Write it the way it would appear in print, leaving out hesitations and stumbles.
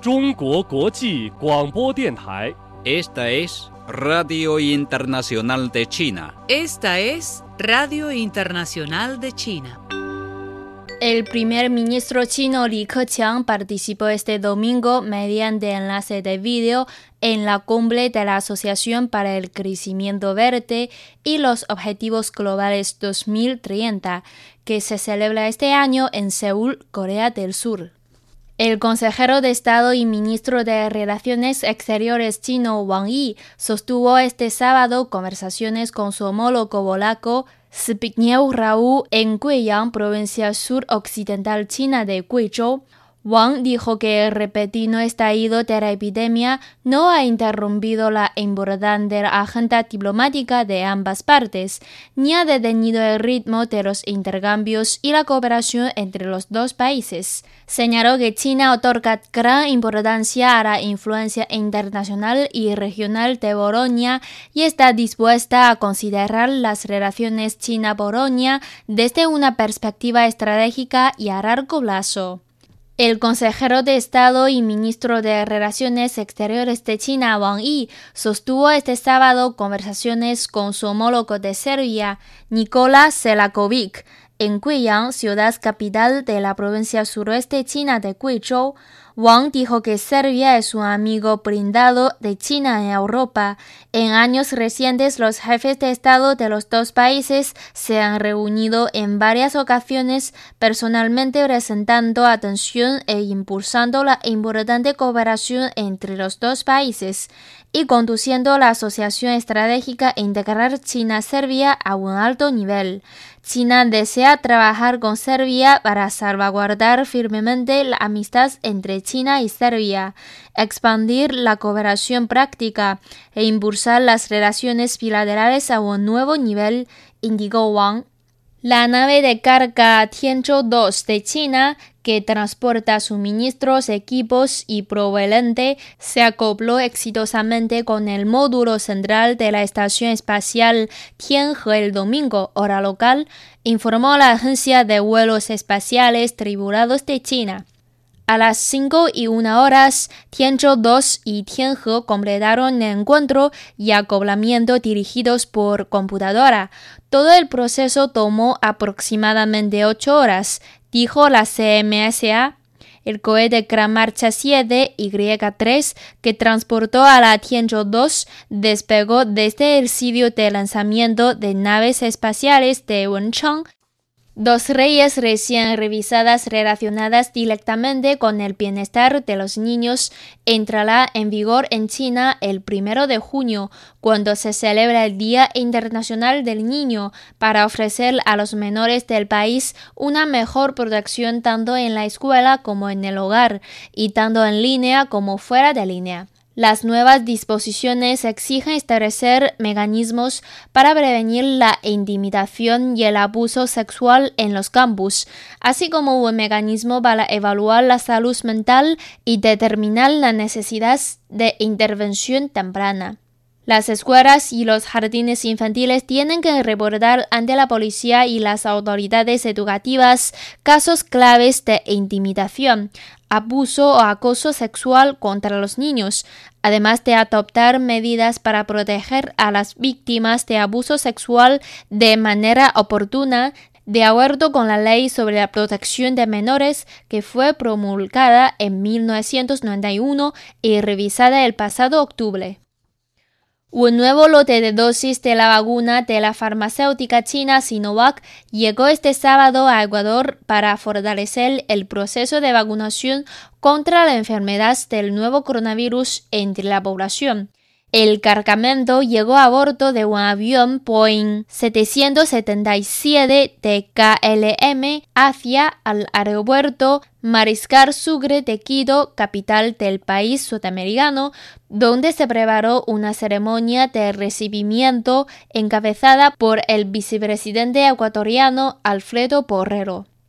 中国国际广播电台。 Esta es Radio Internacional de China. Esta es Radio Internacional de China. El primer ministro chino Li Keqiang participó este domingo mediante enlace de vídeo en la cumbre de la Asociación para el Crecimiento Verde y los Objetivos Globales 2030, que se celebra este año en Seúl, Corea del Sur. El consejero de Estado y ministro de Relaciones Exteriores chino Wang Yi sostuvo este sábado conversaciones con su homólogo polaco Zbigniew Rau en Guiyang, provincia suroccidental china de Guizhou. Wang dijo que el repentino estallido de la epidemia no ha interrumpido la importante agenda diplomática de ambas partes, ni ha detenido el ritmo de los intercambios y la cooperación entre los dos países. Señaló que China otorga gran importancia a la influencia internacional y regional de Polonia y está dispuesta a considerar las relaciones China-Polonia desde una perspectiva estratégica y a largo plazo. El consejero de Estado y ministro de Relaciones Exteriores de China, Wang Yi, sostuvo este sábado conversaciones con su homólogo de Serbia, Nikola Selakovic, en Guiyang, ciudad capital de la provincia suroeste china de Guizhou. Wang dijo que Serbia es un amigo brindado de China en Europa. En años recientes, los jefes de Estado de los dos países se han reunido en varias ocasiones, personalmente presentando atención e impulsando la importante cooperación entre los dos países y conduciendo la Asociación Estratégica Integral China-Serbia a un alto nivel. China desea trabajar con Serbia para salvaguardar firmemente la amistad entre China y Serbia, expandir la cooperación práctica e impulsar las relaciones bilaterales a un nuevo nivel, indicó Wang. La nave de carga Tianzhou-2 de China, que transporta suministros, equipos y propelente, se acopló exitosamente con el módulo central de la Estación Espacial Tianhe el domingo, hora local, informó la Agencia de Vuelos Espaciales Tripulados de China. A las 5:01, Tianzhou-2 y Tianhe completaron el encuentro y acoplamiento dirigidos por computadora. Todo el proceso tomó aproximadamente 8 horas, dijo la CMSA. El cohete Gran Marcha 7 Y3, que transportó a la Tianzhou-2, despegó desde el sitio de lanzamiento de naves espaciales de Wenchang. Dos leyes recién revisadas relacionadas directamente con el bienestar de los niños entrarán en vigor en China el 1 de junio, cuando se celebra el Día Internacional del Niño, para ofrecer a los menores del país una mejor protección tanto en la escuela como en el hogar, y tanto en línea como fuera de línea. Las nuevas disposiciones exigen establecer mecanismos para prevenir la intimidación y el abuso sexual en los campus, así como un mecanismo para evaluar la salud mental y determinar la necesidad de intervención temprana. Las escuelas y los jardines infantiles tienen que reportar ante la policía y las autoridades educativas casos claves de intimidación, abuso o acoso sexual contra los niños, además de adoptar medidas para proteger a las víctimas de abuso sexual de manera oportuna, de acuerdo con la Ley sobre la Protección de Menores, que fue promulgada en 1991 y revisada el pasado octubre. Un nuevo lote de dosis de la vacuna de la farmacéutica china Sinovac llegó este sábado a Ecuador para fortalecer el proceso de vacunación contra la enfermedad del nuevo coronavirus entre la población. El cargamento llegó a bordo de un avión Boeing 777 de KLM hacia el aeropuerto Mariscal Sucre de Quito, capital del país sudamericano, donde se preparó una ceremonia de recibimiento encabezada por el vicepresidente ecuatoriano Alfredo Porrero.